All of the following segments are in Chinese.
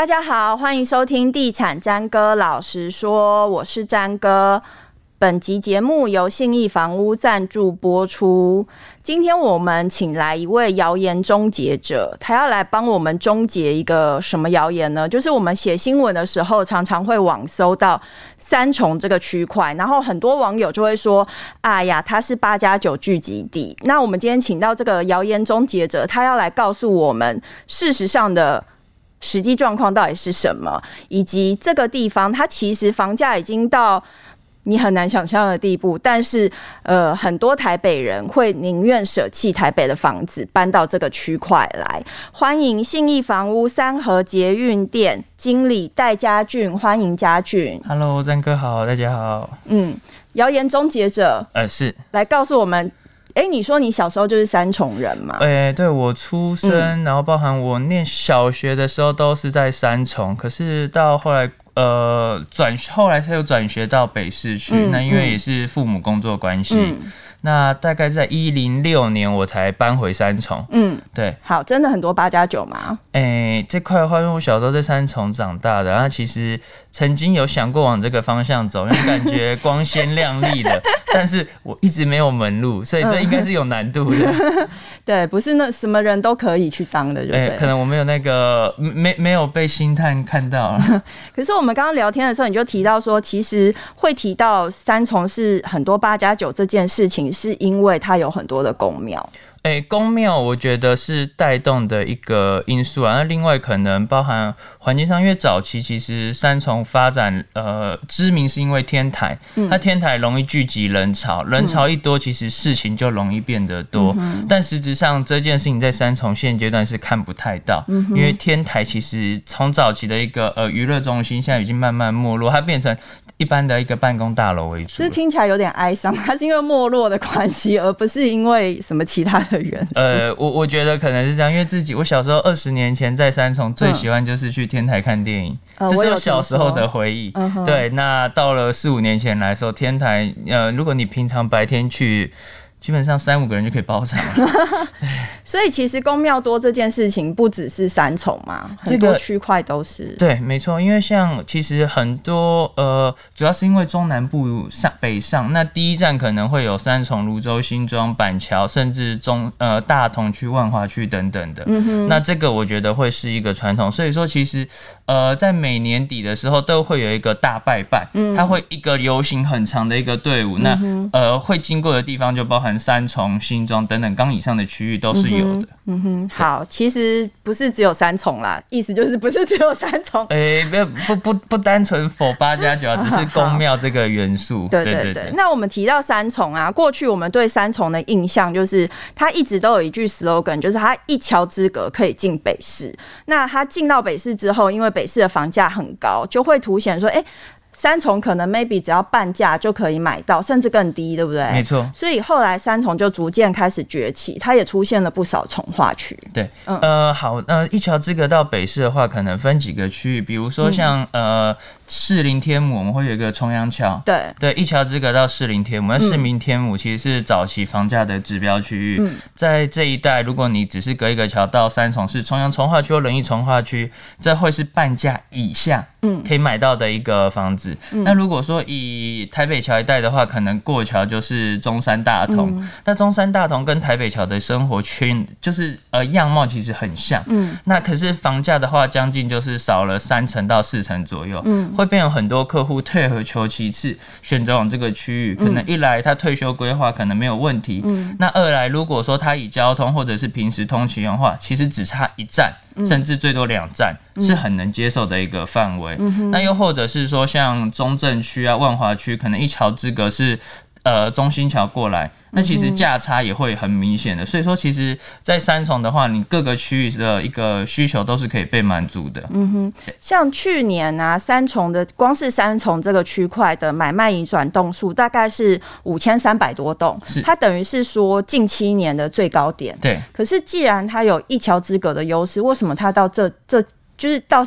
大家好，欢迎收听地产詹哥老实说，我是詹哥。本集节目由信义房屋赞助播出。今天我们请来一位谣言终结者，他要来帮我们终结一个什么谣言呢？就是我们写新闻的时候，常常会网搜到三重这个区块，然后很多网友就会说：“哎呀，它是8+9聚集地。”那我们今天请到这个谣言终结者，他要来告诉我们事实上的实际状况到底是什么，以及这个地方它其实房价已经到你很难想象的地步，但是很多台北人会宁愿舍弃台北的房子，搬到这个区块来。欢迎信义房屋三和捷运店经理戴家俊，欢迎家俊。 Hello， 詹哥好，大家好。 谣言终结者， 是来告诉我们。你说你小时候就是三重人吗？ 对，我出生，然后包含我念小学的时候都是在三重，可是到后来后来才有转学到北市区，那因为也是父母工作关系。那大概在106年我才搬回三重。对。 好，真的很多8+9吗？ 这块的话，因为我小时候在三重长大的，然后其实曾经有想过往这个方向走，因为感觉光鲜亮丽的，但是我一直没有门路，所以这应该是有难度的。 对，不是那什么人都可以去当的，对。 可能我没有那个没有被星探看到了。 可是我们刚刚聊天的时候，你就提到说，其实会提到三重是很多8+9这件事情，是因为它有很多的宫庙。 宫庙我觉得是带动的一个因素啊。那另外可能包含环境上，因为早期其实三重发展知名是因为天台，它天台容易聚集人潮，人潮一多，其实事情就容易变得多。但实质上这件事情在三重现阶段是看不太到，因为天台其实从早期的一个娱乐中心，现在已经慢慢没落，它变成一般的一个办公大楼为主。 这听起来有点哀伤，它是因为没落的关系，而不是因为什么其他的元素。 我觉得可能是这样，因为我小时候20年前在三重最喜欢就是去天台看电影，这是我小时候的回忆。对，那到了4-5年前来说，天台如果你平常白天去，基本上3-5个人就可以包场了。 所以其实宫庙多这件事情不只是三重嘛，很多区块都是。 对，没错，因为像其实很多主要是因为中南部北上，那第一站可能会有三重、芦洲、新庄、板桥，甚至大同区、万华区等等的。那这个我觉得会是一个传统，所以说其实在每年底的时候都会有一个大拜拜，它会一个游行很长的一个队伍，那会经过的地方就包含三重、新庄等等刚以上的区域都是有的。 好，其实不是只有三重啦，意思就是不是只有三重。 不单纯否8+9，只是宫庙这个元素。 对。那我们提到三重啊，过去我们对三重的印象就是它一直都有一句 slogan， 就是它一桥之隔可以进北市。那它进到北市之后，因为北市的房价很高，就会凸显说，三重可能 maybe 只要半价就可以买到，甚至更低，对不对？ 没错。 所以后来三重就逐渐开始崛起，它也出现了不少重划区。 对，好，一桥之隔到北市的话，可能分几个区域，比如说像士林天母，我们会有一个重阳桥。对，一桥之隔到士林天母，那士林天母其实是早期房价的指标区域。在这一带，如果你只是隔一个桥到三重，是重阳重划区或仁义重划区，这会是半价以下可以买到的一个房子。那如果说以台北桥一带的话，可能过桥就是中山大同。那中山大同跟台北桥的生活圈就是样貌其实很像。那可是房价的话，将近就是少了3成到4成左右。会变成很多客户退而求其次，选择往这个区域。可能一来他退休规划可能没有问题，那二来如果说他以交通或者是平时通勤的话，其实只差1站。甚至最多2站是很能接受的一个范围。那又或者是说像中正区啊、万华区，可能一桥之隔是中心桥过来，那其实价差也会很明显的。所以说其实在三重的话，你各个区域的一个需求都是可以被满足的。 像去年啊，光是三重这个区块的买卖移转栋数大概是5300多栋，它等于是说近7年的最高点。对。可是既然它有一桥之隔的优势，为什么它到就是到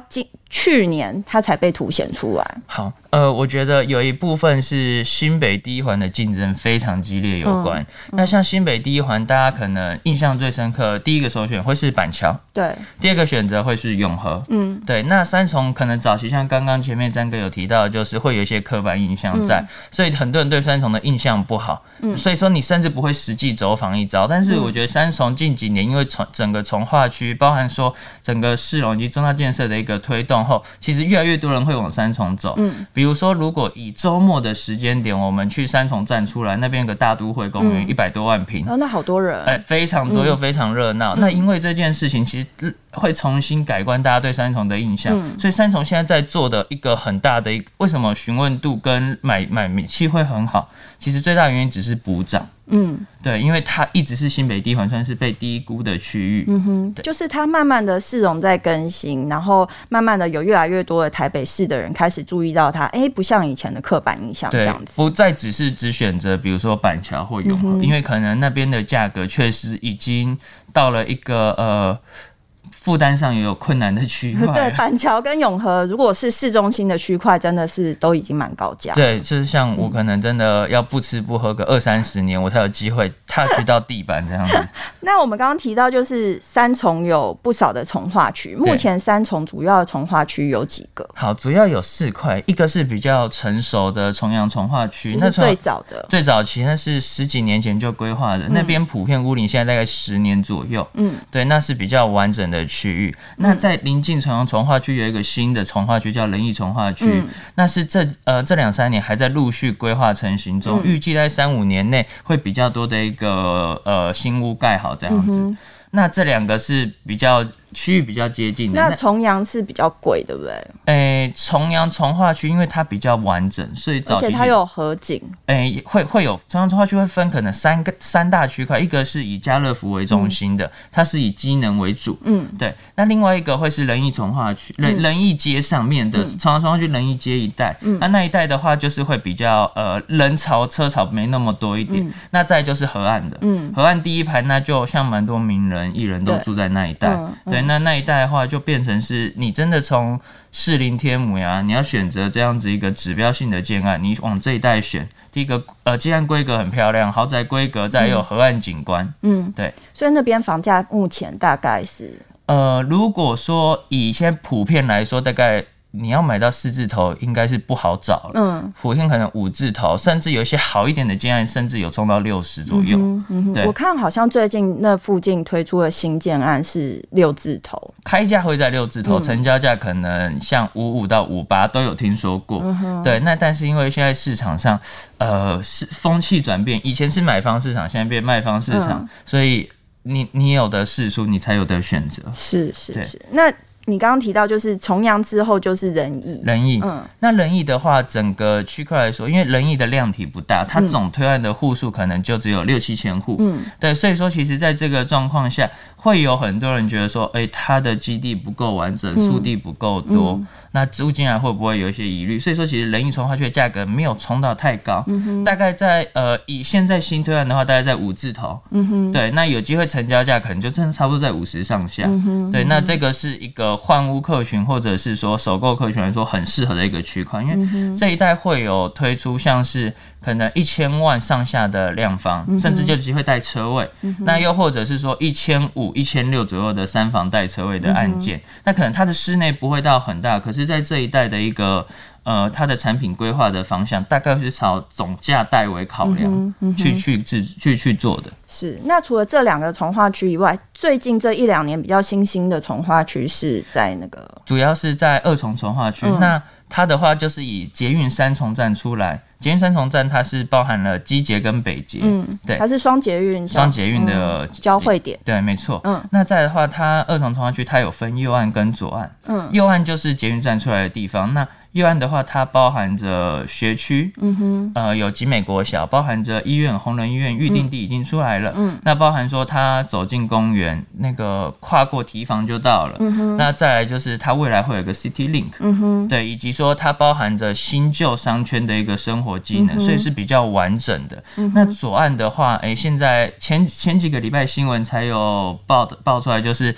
去年它才被凸显出来。 好，我觉得有一部分是新北第一环的竞争非常激烈有关。那像新北第一环，大家可能印象最深刻，第一个首选会是板桥， 对， 第二个选择会是永和，对。那三重可能早期像刚刚前面詹哥有提到，就是会有一些刻板印象在，所以很多人对三重的印象不好，所以说你甚至不会实际走访一遭。但是我觉得三重近几年因为整个重划区，包含说整个市容以及重大建设的一个推动后，其实越来越多人会往三重走。比如说，如果以周末的时间点，我们去三重站出来，那边有个大都会公园，100多万坪， 那好多人， 非常多又非常热闹。那因为这件事情，其实会重新改观大家对三重的印象，所以三重现在在做的一个很大的为什么询问度跟买气会很好，其实最大的原因只是补涨。对，因为它一直是新北第一环算是被低估的区域。 就是它慢慢的市容在更新，然后慢慢的有越来越多的台北市的人开始注意到它，不像以前的刻板印象这样子， 不再只是只选择比如说板桥或永和，因为可能那边的价格确实已经到了一个负担上也有困难的区块。 对，板桥跟永和如果是市中心的区块，真的是都已经蛮高价。 对，就是像我可能真的要不吃不喝个20-30年，我才有机会touch到地板这样子。 那我们刚刚提到，就是三重有不少的重划区，目前三重主要的重划区有几个？ 好，主要有4块，一个是比较成熟的重阳重划区， 那是最早的， 最早期那是10几年前就规划的，那边普遍屋龄现在大概10年左右。对，那是比较完整的区域。那在临近重阳重划区有一个新的重划区叫仁义重划区，那是这2-3年还在陆续规划成型中，预计在3-5年内会比较多的一个新屋盖好这样子。那这2个是比较区域比较接近的。 那重阳是比较贵，对不对？ 重阳重划区因为它比较完整，所以早期而且它有河景。 会有重阳重划区会分可能三大区块，一个是以家乐福为中心的，它是以机能为主。对。那另外一个会是仁义重划区，仁义街上面的重阳重划区仁义街一带，那一带的话就是会比较人潮车潮没那么多一点。那再就是河岸的，河岸第一排那就像蛮多名人艺人都住在那一带。对，那一带的话就变成是你真的从士林天母呀，你要选择这样子一个指标性的建案，你往这一带选，第一个建案规格很漂亮，豪宅规格，再有河岸景观。对， 所以那边房价目前大概是如果说以现在普遍来说，大概你要买到4字头应该是不好找了，普遍可能5字头，甚至有一些好一点的建案，甚至有冲到60左右。 我看好像最近那附近推出的新建案是6字头， 开价会在6字头，成交价可能像55到58都有听说过。对，那但是因为现在市场上是风气转变，以前是买方市场，现在变卖方市场，所以你有的释出，你才有的选择。 是。那你刚刚提到就是重阳之后就是仁义， 那仁义的话，整个区块来说，因为仁义的量体不大，它总推案的户数可能就只有6-7千户，对，所以说其实在这个状况下，会有很多人觉得说，它的基地不够完整，速地不够多，那租金会不会有一些疑虑？所以说其实仁义重划区的价格没有冲到太高，大概在以现在新推案的话，大概在5字头，对，那有机会成交价可能就真的差不多在50上下，对，那这个是一个换屋客群或者是说首购客群来说很适合的一个区块，因为这一带会有推出像是可能1000万上下的量房，甚至就有机会带车位，那又或者是说1500、1600左右的3房带车位的案件，那可能它的室内不会到很大，可是在这一带的一个它的产品规划的方向大概是朝总价带为考量去做的。 是，那除了这2个重划区以外，最近这1-2年比较新兴的重划区是在那个， 主要是在2重重划区。那它的话就是以捷运3重站出来，捷运3重站它是包含了基捷跟北捷，对， 它是双捷运的交汇点， 对，没错。那再的话，它2重重划区它有分右岸跟左岸，右岸就是捷运站出来的地方，那右岸的话，它包含着学区，有集美国小，包含着医院，弘仁医院预定地已经出来了，那包含说它走进公园，那个跨过堤防就到了，那再来就是它未来会有一个 City Link，对，以及说它包含着新旧商圈的一个生活机能，所以是比较完整的。那左岸的话，现在前几个礼拜新闻才有报出来，就是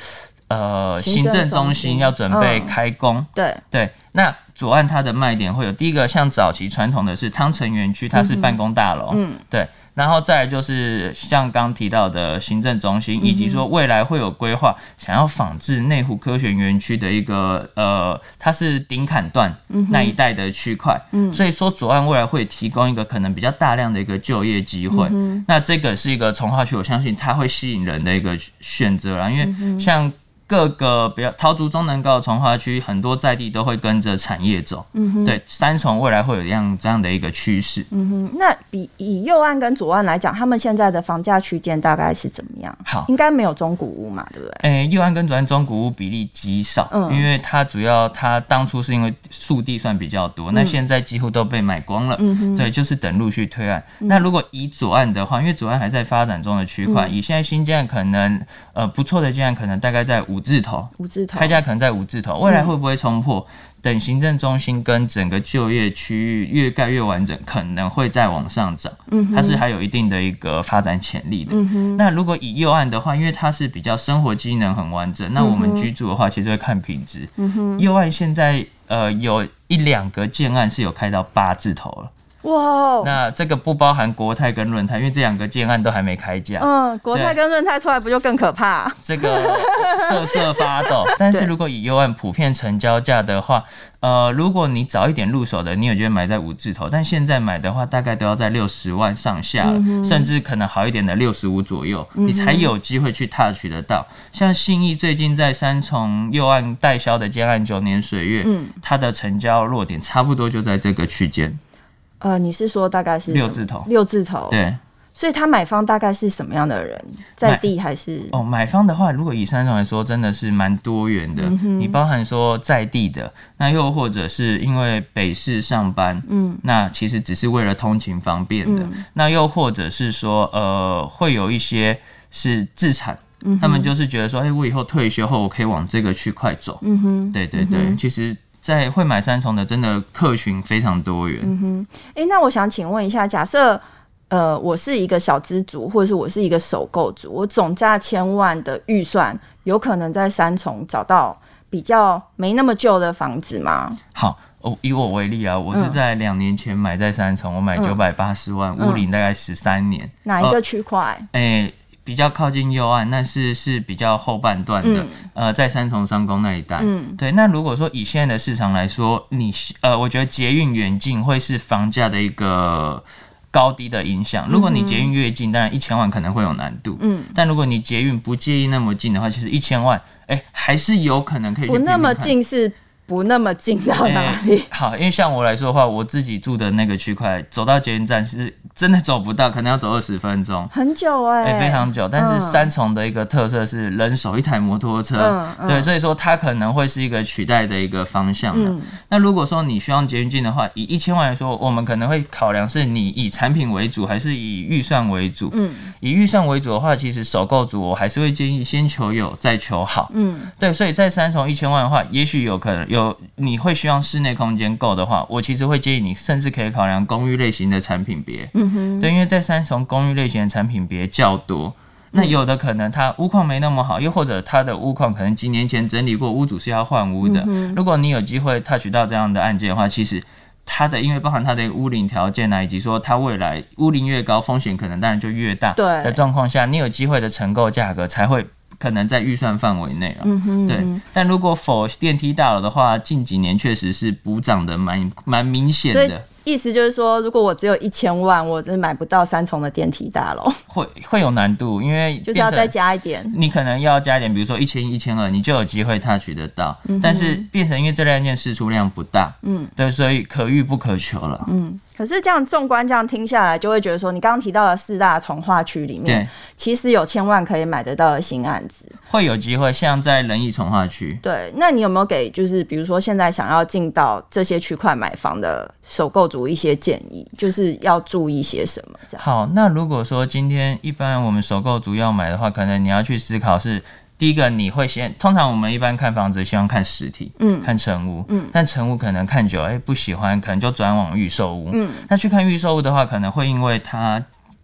行政中心要准备开工。对，那左岸它的卖点会有第一个，像早期传统的是汤臣园区，它是办公大楼，对。然后再来就是像刚提到的行政中心，以及说未来会有规划想要仿制内湖科学园区的一个它是顶坎段那一带的区块，所以说左岸未来会提供一个可能比较大量的一个就业机会。那这个是一个从化区，我相信它会吸引人的一个选择啦，因为像各个比较桃竹中南高的从化区，很多在地都会跟着产业走。对，三重未来会有这样的一个趋势。 那以右岸跟左岸来讲，他们现在的房价区间大概是怎么样？ 好， 应该没有中古屋嘛，对不对？ 右岸跟左岸中古屋比例极少，因为它主要它当初是因为速地算比较多，那现在几乎都被买光了。对，就是等陆续推案。那如果以左岸的话，因为左岸还在发展中的区块，以现在新建案可能不错的建案可能大概在五字头，开价可能在5字头，未来会不会冲破？等行政中心跟整个就业区域越盖越完整，可能会再往上涨。它是还有一定的一个发展潜力的。那如果以右岸的话，因为它是比较生活机能很完整，那我们居住的话，其实会看品质。右岸现在有1-2个建案是有开到8字头了。 哇， 那这个不包含国泰跟润泰，因为这2个建案都还没开价。 国泰跟润泰出来不就更可怕？ 这个瑟瑟发抖。但是如果以右岸普遍成交价的话，如果你早一点入手的，你有觉得买在5字头，但现在买的话，大概都要在60万上下了，甚至可能好一点的65左右，你才有机会去 touch 得到。像信义最近在三重右岸代销的建案9年水月，它的成交落点差不多就在这个区间。 你是说大概是 6字头 ？6字头， 对。 所以他买方大概是什么样的人？在地还是？ 买方的话，如果以三重来说，真的是蛮多元的。你包含说在地的，那又或者是因为北市上班，那其实只是为了通勤方便的。那又或者是说，会有一些是自产，他们就是觉得说，我以后退休后，我可以往这个区块走。对，其实。在会买三重的，真的客群非常多元。 那我想请问一下，假设我是一个小资族，或者是我是一个首购族，我总价1000万的预算，有可能在三重找到比较没那么旧的房子吗？ 好，以我为例啊，我是在2年前买在三重，我买980万，屋龄大概13年。 哪一个区块？ 比较靠近右岸，但是比较后半段的，在三重商工那一带。对。那如果说以现在的市场来说，我觉得捷运远近会是房价的一个高低的影响。如果你捷运越近，当然1000万可能会有难度。但如果你捷运不介意那么近的话，其实1000万，还是有可能可以去拼拼看。 不那么近是不那么近到哪里？ 好，因为像我来说的话，我自己住的那个区块，走到捷运站是真的走不到，可能要走20分钟， 很久非常久。但是三重的一个特色是人手一台摩托车，对，所以说它可能会是一个取代的一个方向。那如果说你需要捷运近的话，以1000万来说，我们可能会考量是你以产品为主，还是以预算为主。以预算为主的话，其实首购族我还是会建议先求有，再求好。对，所以在三重1000万的话，也许有可能你会希望室内空间够的话，我其实会建议你甚至可以考量公寓类型的产品别。对，因为在三重公寓类型的产品别较多。那有的可能它屋况没那么好，又或者它的屋况可能几年前整理过，屋主是要换屋的。如果你有机会 touch 到这样的案件的话，其实它的因为包含它的屋龄条件以及说它未来屋龄越高，风险可能当然就越大的状况下，你有机会的承购价格才会可能在预算范围内了。对。但如果否电梯大楼的话，近几年确实是补涨的蛮明显的。 意思就是说，如果我只有1000万，我真的买不到三重的电梯大楼， 会有难度，因为就是要再加一点， 你可能要加一点，比如说1000、1200，你就有机会 touch 得到。但是变成因为这类案件释出量不大，对，所以可遇不可求了。 可是这样纵观这样听下来，就会觉得说，你刚刚提到的4大从化区里面，其实有1000万可以买得到的新案子， 会有机会，像在仁义从化区。 对，那你有没有给就是比如说现在想要进到这些区块买房的首购族一些建议，就是要注意些什么？这样。 好，那如果说今天一般我们首购族要买的话，可能你要去思考是。第一个，你会通常我们一般看房子希望看实体，看成屋，但成屋可能看久了，不喜欢，可能就转往预售屋。那去看预售屋的话，可能会因为它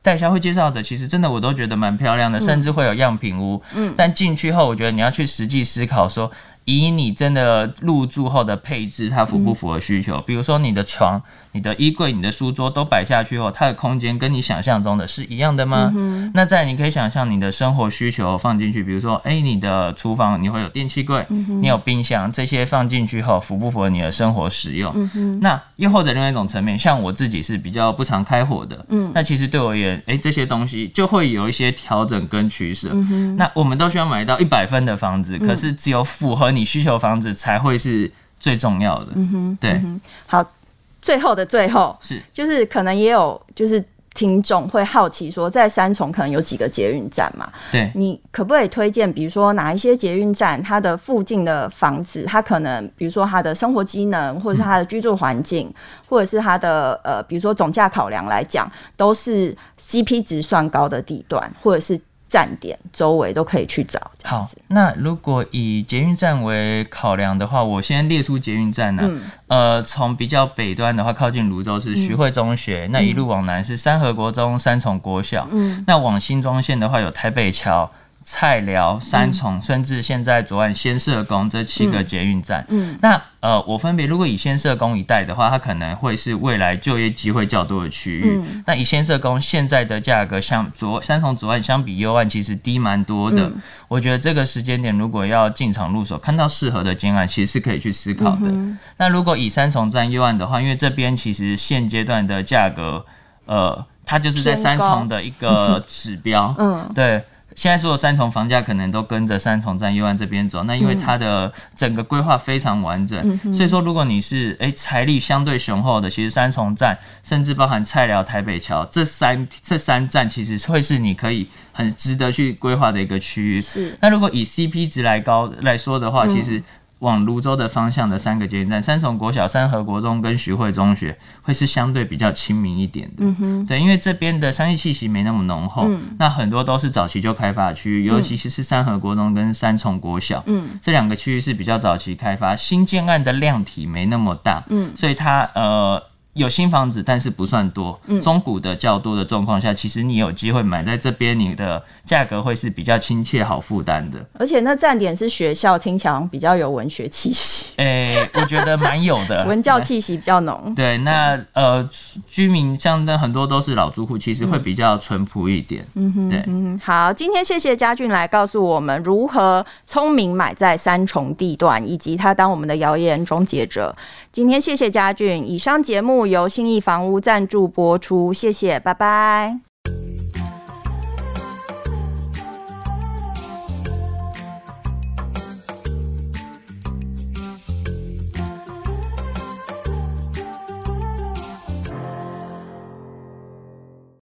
代销会介绍的，其实真的我都觉得蛮漂亮的，甚至会有样品屋。但进去后，我觉得你要去实际思考说，以你真的入住后的配置，它符不符合需求？比如说你的床、你的衣柜、你的书桌都摆下去后，它的空间跟你想象中的是一样的吗？那再来你可以想象你的生活需求放进去，比如说，你的厨房你会有电器柜，你有冰箱，这些放进去后符不符合你的生活使用？那又或者另外一种层面，像我自己是比较不常开火的，那其实对我而言，这些东西就会有一些调整跟取舍。那我们都需要买到100分的房子，可是只有符合你需求的房子才会是最重要的。对。 好，最后的最后就是可能也有就是听众会好奇说，在三重可能有几个捷运站嘛？ 对， 你可不可以推荐，比如说哪一些捷运站，它的附近的房子，它可能比如说它的生活机能，或者是它的居住环境，或者是它的比如说总价考量来讲，都是 CP 值算高的地段，或者是站点周围都可以去找。 好，那如果以捷运站为考量的话，我先列出捷运站呢。从比较北端的话，靠近蘆洲是徐汇中学，那一路往南是三和国中、三重国小。那往新庄线的话，有台北桥、菜寮、三重，甚至现在左岸先社宫这7个捷运站。那我分别如果以先社宫一带的话，它可能会是未来就业机会较多的区域。那以先社宫现在的价格，像三重左岸相比右岸其实低蛮多的。我觉得这个时间点如果要进场入手，看到适合的建案，其实是可以去思考的。那如果以三重站右岸的话，因为这边其实现阶段的价格，它就是在三重的一个指标。对。现在所有三重房价可能都跟着三重站右岸这边走，那因为它的整个规划非常完整，所以说如果你是财力相对雄厚的，其实三重站甚至包含菜寮、台北桥这三站，其实会是你可以很值得去规划的一个区域。那如果以 CP 值来说的话，其实往蘆洲的方向的3个捷运站，三重国小、三和国中跟徐汇中学会是相对比较亲民一点的。对，因为这边的商业气息没那么浓厚，那很多都是早期就开发的区域，尤其是三和国中跟三重国小，这2个区域是比较早期开发，新建案的量体没那么大，所以它有新房子，但是不算多。中古的较多的状况下，其实你有机会买在这边，你的价格会是比较亲切、好负担的。 而且那站点是学校，听起来比较有文学气息。 我觉得蛮有的， 文教气息比较浓。 对，那居民像很多都是老住户，其实会比较淳朴一点。对。 好，今天谢谢嘉俊来告诉我们如何聪明买在三重地段，以及他当我们的谣言终结者。今天谢谢嘉俊，以上节目由信义房屋赞助播出，谢谢，拜拜。